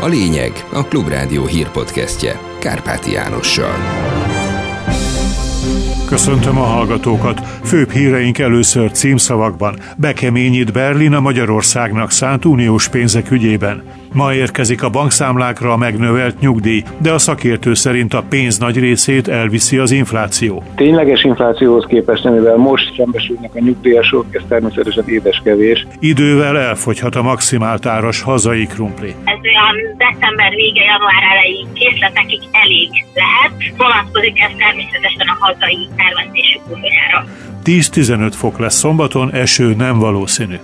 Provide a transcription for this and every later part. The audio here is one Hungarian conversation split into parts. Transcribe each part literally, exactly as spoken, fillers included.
A lényeg a Klubrádió hírpodcastje Kárpáti Jánossal. Köszöntöm a hallgatókat! Főbb híreink először címszavakban. Bekeményít Berlin a Magyarországnak szánt uniós pénzek ügyében. Ma érkezik a bankszámlákra a megnövelt nyugdíj, de a szakértő szerint a pénz nagy részét elviszi az infláció. Tényleges inflációhoz képest, amivel most szembesülnek a nyugdíjasok, ez természetesen édeskevés. Idővel elfogyhat a maximált áras hazai krumpli. Ez olyan december vége, január elejé készletekig elég lehet. Vonatkozik ez természetesen a hazai termesztésű burgonyára. tíz-tizenöt fok lesz szombaton, eső nem valószínű.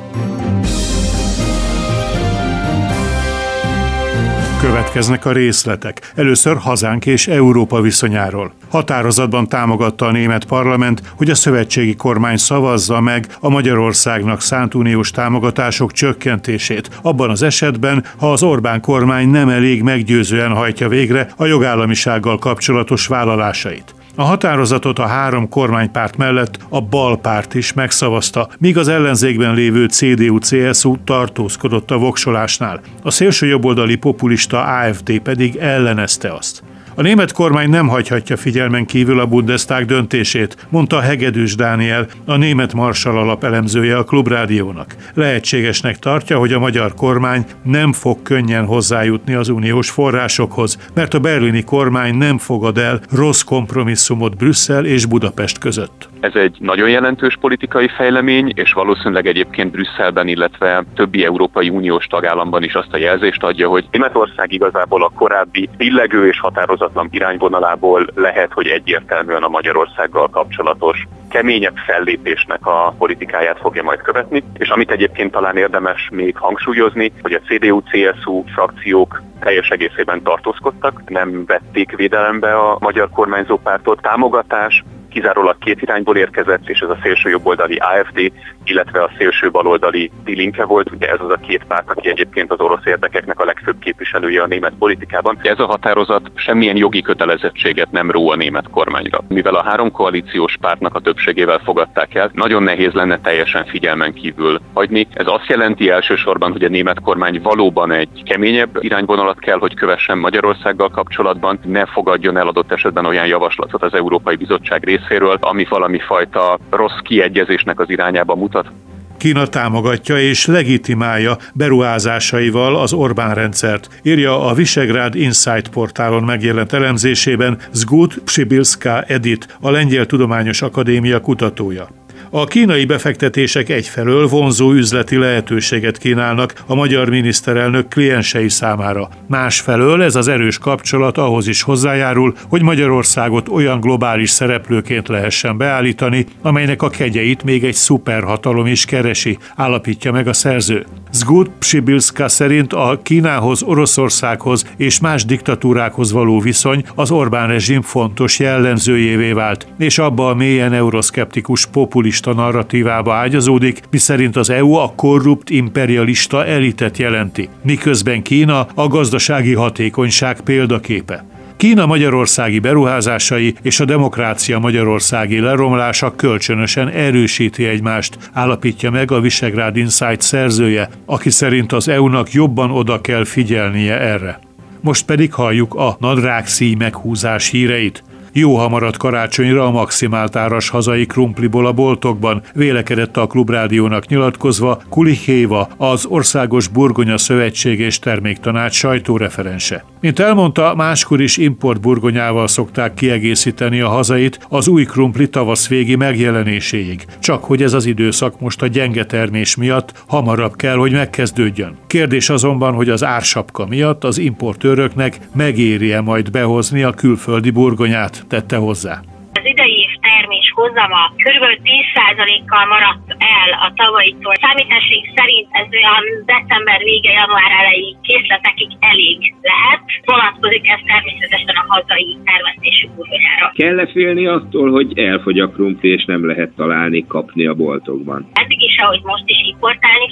Következnek a részletek. Először hazánk és Európa viszonyáról. Határozatban támogatta a német parlament, hogy a szövetségi kormány szavazza meg a Magyarországnak szánt uniós támogatások csökkentését, abban az esetben, ha az Orbán kormány nem elég meggyőzően hajtja végre a jogállamisággal kapcsolatos vállalásait. A határozatot a három kormánypárt mellett a balpárt is megszavazta, míg az ellenzékben lévő cé dé u cé es u tartózkodott a voksolásnál. A szélsőjobboldali populista á ef dé pedig ellenezte azt. A német kormány nem hagyhatja figyelmen kívül a Bundestag döntését, mondta Hegedűs Dániel, a német Marshall Alap elemzője a Klubrádiónak. Lehetségesnek tartja, hogy a magyar kormány nem fog könnyen hozzájutni az uniós forrásokhoz, mert a berlini kormány nem fogad el rossz kompromisszumot Brüsszel és Budapest között. Ez egy nagyon jelentős politikai fejlemény, és valószínűleg egyébként Brüsszelben, illetve többi Európai Uniós tagállamban is azt a jelzést adja, hogy Németország igazából a korábbi billegő és határozatlan irányvonalából lehet, hogy egyértelműen a Magyarországgal kapcsolatos keményebb fellépésnek a politikáját fogja majd követni, és amit egyébként talán érdemes még hangsúlyozni, hogy a cé dé u cé es u frakciók teljes egészében tartózkodtak, nem vették védelembe a magyar kormányzó pártot. Támogatás kizárólag két irányból érkezett, és ez a szélső jobboldali á ef dé, illetve a szélső baloldali Die Linke volt. Ugye ez az a két párt, aki egyébként az orosz érdekeknek a legfőbb képviselője a német politikában. Ez a határozat semmilyen jogi kötelezettséget nem ró a német kormányra. Mivel a három koalíciós pártnak a többségével fogadták el, nagyon nehéz lenne teljesen figyelmen kívül hagyni. Ez azt jelenti elsősorban, hogy a német kormány valóban egy keményebb irányvonalat kell, hogy kövessen Magyarországgal kapcsolatban, ne fogadjon el adott esetben olyan javaslatot az Európai Bizottság részéről, ami valami fajta rossz kiegyezésnek az irányába mutat. Kína támogatja és legitimálja beruházásaival az Orbán rendszert, írja a Visegrád Insight portálon megjelent elemzésében Zgut Pszibilszka Edith, a Lengyel Tudományos Akadémia kutatója. A kínai befektetések egyfelől vonzó üzleti lehetőséget kínálnak a magyar miniszterelnök kliensei számára. Másfelől ez az erős kapcsolat ahhoz is hozzájárul, hogy Magyarországot olyan globális szereplőként lehessen beállítani, amelynek a kegyeit még egy szuperhatalom is keresi, állapítja meg a szerző. Zgut Pszibilszka szerint a Kínához, Oroszországhoz és más diktatúrákhoz való viszony az Orbán rezsim fontos jellemzőjévé vált, és abba a mélyen euroszkeptikus populista narratívába ágyazódik, miszerint az é u a korrupt imperialista elitet jelenti, miközben Kína a gazdasági hatékonyság példaképe. Kína magyarországi beruházásai és a demokrácia magyarországi leromlása kölcsönösen erősíti egymást, állapítja meg a Visegrád Insight szerzője, aki szerint az é u-nak jobban oda kell figyelnie erre. Most pedig halljuk a nadrágszíj meghúzás híreit. Jó hamaradt karácsonyra a maximált áras hazai krumpliból a boltokban, vélekedett a Klubrádiónak nyilatkozva Kulich Éva, az Országos Burgonya Szövetség és Terméktanács sajtóreferense. Mint elmondta, máskor is import burgonyával szokták kiegészíteni a hazait az új krumpli tavasz végi megjelenéséig, csak hogy ez az időszak most a gyenge termés miatt hamarabb kell, hogy megkezdődjön. Kérdés azonban, hogy az ársapka miatt az importőröknek megéri-e majd behozni a külföldi burgonyát, tette hozzá. Az idei év termés hozama kb. tíz százalékkal maradt el a tavalyitól. Számításaink szerint ez olyan december vége, január elejé készletekig elég lehet. Vonatkozik ez természetesen a hazai termesztésű burgonyára. Kell-e félni attól, hogy elfogy a krumpli és nem lehet találni, kapni a boltokban? Eddig is, ahogy most is importálni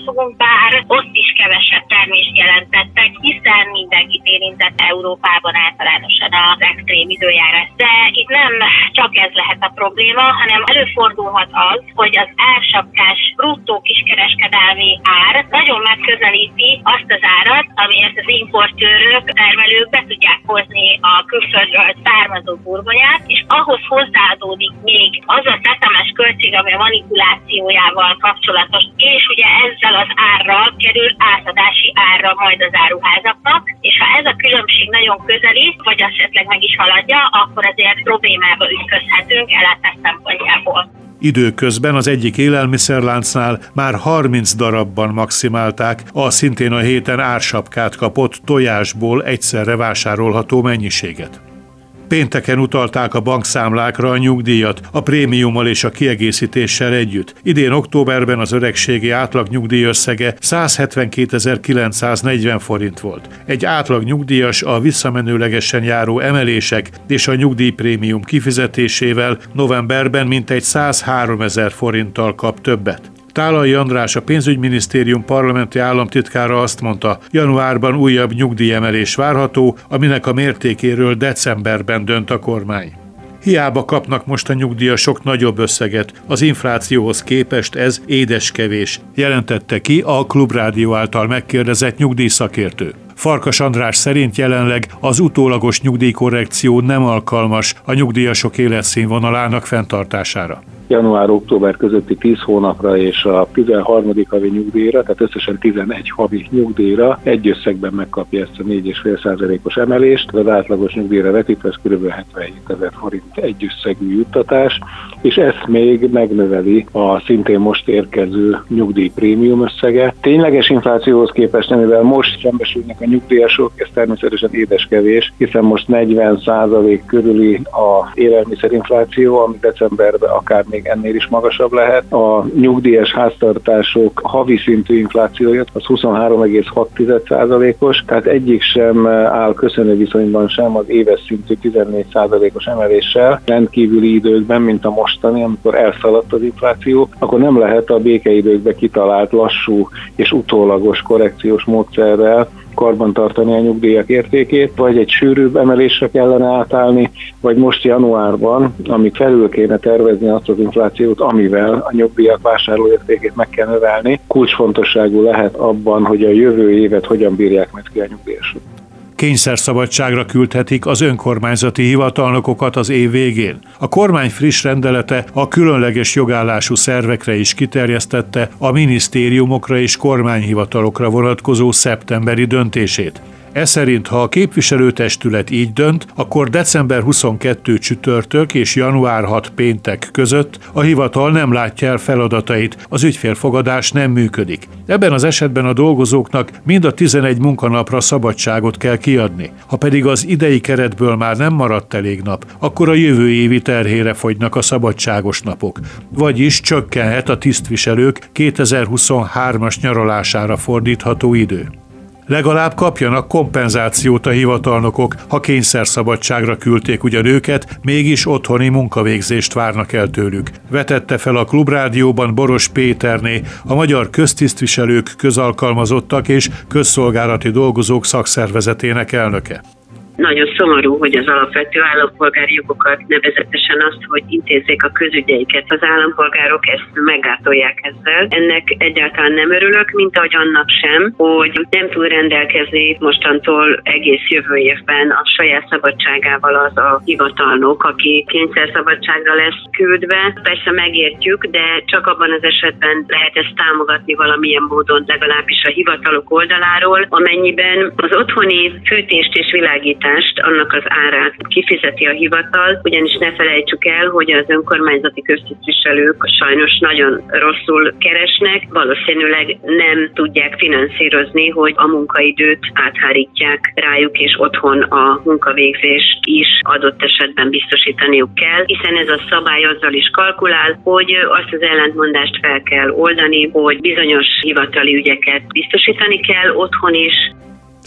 fogunk, bár ott is kevesebb termést jelentettek, hiszen mindenkit érintett Európában általánosan az extrém időjárás. De itt nem csak ez lehet a probléma, hanem előfordulhat az, hogy az ársapkás bruttó kiskereskedelmi ár nagyon megközelíti azt az árat, amiért az importőrök, termelők be tudják hozni a külföldről származó burgonyát, és ahhoz hozzáadódik még az a tetemes költség, ami a manipulációjával kapcsolatos, és ugye ezzel az árral kerül átadási árra majd az áruházaknak, és ha ez a különbség nagyon közeli, vagy esetleg meg is haladja, akkor azért problémába ütközhetünk ellátás szempontjából. Időközben az egyik élelmiszerláncnál már harminc darabban maximálták a szintén a héten ársapkát kapott tojásból egyszerre vásárolható mennyiséget. Pénteken utalták a bankszámlákra a nyugdíjat, a prémiummal és a kiegészítéssel együtt. Idén októberben az öregségi átlag nyugdíj összege százhetvenkétezer-kilencszáznegyven forint volt. Egy átlag nyugdíjas a visszamenőlegesen járó emelések és a nyugdíjprémium kifizetésével novemberben mintegy százháromezer forinttal kap többet. Tálai András, a pénzügyminisztérium parlamenti államtitkára azt mondta, januárban újabb nyugdíjemelés várható, aminek a mértékéről decemberben dönt a kormány. Hiába kapnak most a nyugdíjasok nagyobb összeget, az inflációhoz képest ez édeskevés, jelentette ki a Klubrádió által megkérdezett nyugdíjszakértő. Farkas András szerint jelenleg az utólagos nyugdíjkorrekció nem alkalmas a nyugdíjasok életszínvonalának fenntartására. Január-október közötti tíz hónapra és a tizenharmadik havi nyugdíjra, tehát összesen tizenegy havi nyugdíjra egy összegben megkapja ezt a négy egész öt százalékos emelést, az átlagos nyugdíjra vetítve ez kb. hetvenhétezer forint egy összegű juttatás, és ezt még megnöveli a szintén most érkező nyugdíjprémium összege. Tényleges inflációhoz képest, mivel most szembesülnek a nyugdíjasok, ez természetesen édeskevés, hiszen most negyven százalék körüli a élelmiszerinfláció, ami decemberben akár még ennél is magasabb lehet. A nyugdíjas háztartások havi szintű inflációja az huszonhárom egész hat százalékos, tehát egyik sem áll köszönő viszonyban sem az éves szintű tizennégy százalékos emeléssel. Rendkívüli időkben, mint a mostani, amikor elszaladt az infláció, akkor nem lehet a békeidőkbe kitalált lassú és utólagos korrekciós módszerrel karbantartani a nyugdíjak értékét, vagy egy sűrűbb emelésre kellene átállni, vagy most januárban, amíg felül kéne tervezni azt az inflációt, amivel a nyugdíjak vásárlóértékét meg kell növelni, kulcsfontosságú lehet abban, hogy a jövő évet hogyan bírják meg ki a nyugdíjasok. Kényszerszabadságra küldhetik az önkormányzati hivatalnokokat az év végén. A kormány friss rendelete a különleges jogállású szervekre is kiterjesztette a minisztériumokra és kormányhivatalokra vonatkozó szeptemberi döntését. Ez szerint, ha a képviselőtestület így dönt, akkor december huszonkettő csütörtök és január hat péntek között a hivatal nem látja el feladatait, az ügyfélfogadás nem működik. Ebben az esetben a dolgozóknak mind a tizenegy munkanapra szabadságot kell kiadni. Ha pedig az idei keretből már nem maradt elég nap, akkor a jövő évi terhére fogynak a szabadságos napok. Vagyis csökkenhet a tisztviselők kétezer-huszonhármas nyaralására fordítható idő. Legalább kapjanak kompenzációt a hivatalnokok, ha kényszerszabadságra küldték ugyan őket, mégis otthoni munkavégzést várnak el tőlük. Vetette fel a Klubrádióban Boros Péterné, a Magyar Köztisztviselők, Közalkalmazottak és Közszolgálati Dolgozók Szakszervezetének elnöke. Nagyon szomorú, hogy az alapvető állampolgári jogokat, nevezetesen azt, hogy intézzék a közügyeiket az állampolgárok, ezt meggátolják ezzel. Ennek egyáltalán nem örülök, mint ahogy annak sem, hogy nem tud rendelkezni mostantól egész jövő évben a saját szabadságával az a hivatalnok, aki kényszerszabadságra lesz küldve. Persze megértjük, de csak abban az esetben lehet ezt támogatni valamilyen módon, legalábbis a hivatalok oldaláról, amennyiben az otthoni fűtést és világítást, annak az árát kifizeti a hivatal, ugyanis ne felejtsük el, hogy az önkormányzati köztisztviselők sajnos nagyon rosszul keresnek, valószínűleg nem tudják finanszírozni, hogy a munkaidőt áthárítják rájuk, és otthon a munkavégzést is adott esetben biztosítaniuk kell, hiszen ez a szabály azzal is kalkulál, hogy azt az ellentmondást fel kell oldani, hogy bizonyos hivatali ügyeket biztosítani kell otthon is.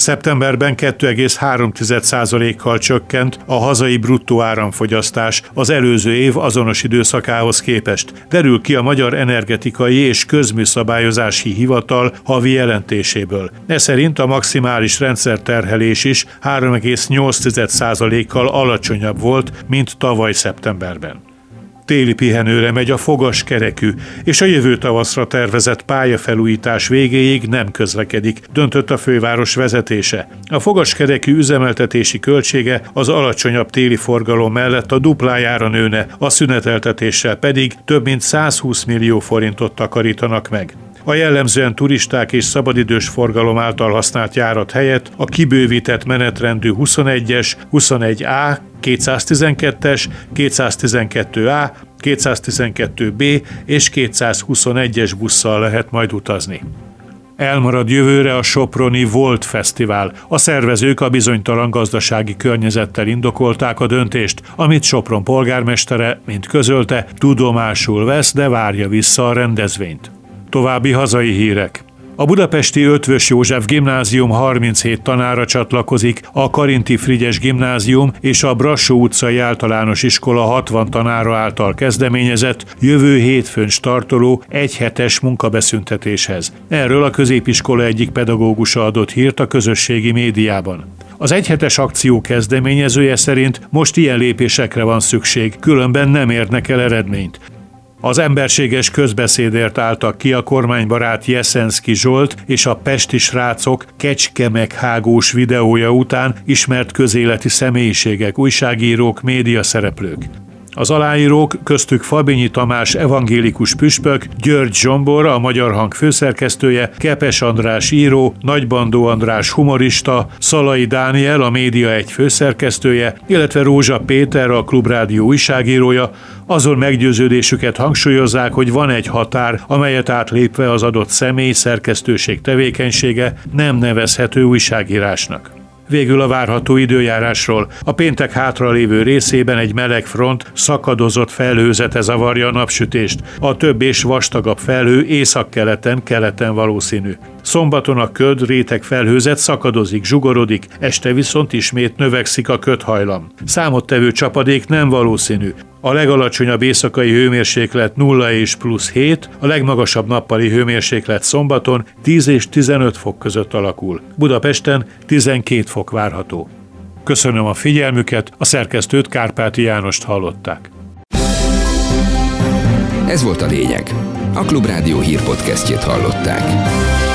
Szeptemberben két egész három százalékkal csökkent a hazai bruttó áramfogyasztás az előző év azonos időszakához képest, derül ki a Magyar Energetikai és Közműszabályozási Hivatal havi jelentéséből. Ez szerint a maximális rendszerterhelés is három egész nyolc százalékkal alacsonyabb volt, mint tavaly szeptemberben. Téli pihenőre megy a fogaskerekű, és a jövő tavaszra tervezett pályafelújítás végéig nem közlekedik, döntött a főváros vezetése. A fogaskerekű üzemeltetési költsége az alacsonyabb téli forgalom mellett a duplájára nőne, a szüneteltetéssel pedig több mint százhúsz millió forintot takarítanak meg. A jellemzően turisták és szabadidős forgalom által használt járat helyett a kibővített menetrendű huszonegyes, huszonegy á, kétszáztizenkettes, kétszáztizenkettő á, kétszáztizenkettő bé és kétszázhuszonegyes busszal lehet majd utazni. Elmarad jövőre a soproni Volt Fesztivál. A szervezők a bizonytalan gazdasági környezettel indokolták a döntést, amit Sopron polgármestere, mint közölte, tudomásul vesz, de várja vissza a rendezvényt. További hazai hírek. A budapesti Eötvös József Gimnázium harminchét tanára csatlakozik, a Karinti Frigyes Gimnázium és a Brassó utcai általános iskola hatvan tanára által kezdeményezett, jövő hétfőn startoló egyhetes munkabeszüntetéshez. Erről a középiskola egyik pedagógusa adott hírt a közösségi médiában. Az egyhetes akció kezdeményezője szerint most ilyen lépésekre van szükség, különben nem érnek el eredményt. Az emberséges közbeszédért álltak ki a kormánybarát Jeszenszky Zsolt és a Pesti srácok kecskemeghágós videója után ismert közéleti személyiségek, újságírók, médiaszereplők. Az aláírók, köztük Fabinyi Tamás evangélikus püspök, György Zsombor, a Magyar Hang főszerkesztője, Kepes András író, Nagybandó András humorista, Szalai Dániel, a Média egy főszerkesztője, illetve Rózsa Péter, a Klubrádió újságírója, azon meggyőződésüket hangsúlyozzák, hogy van egy határ, amelyet átlépve az adott személy szerkesztőség tevékenysége nem nevezhető újságírásnak. Végül a várható időjárásról. A péntek hátralévő részében egy meleg front szakadozott felhőzete zavarja a napsütést. A több és vastagabb felhő északkeleten, keleten valószínű. Szombaton a köd, réteg felhőzet szakadozik, zsugorodik, este viszont ismét növekszik a ködhajlam. Számottevő csapadék nem valószínű. A legalacsonyabb éjszakai hőmérséklet nulla és plusz hét, a legmagasabb nappali hőmérséklet szombaton tíz és tizenöt fok között alakul. Budapesten tizenkét fok várható. Köszönöm a figyelmüket, a szerkesztőt, Kárpáti Jánost hallották. Ez volt a lényeg. A Klubrádió hírpodcastjét hallották.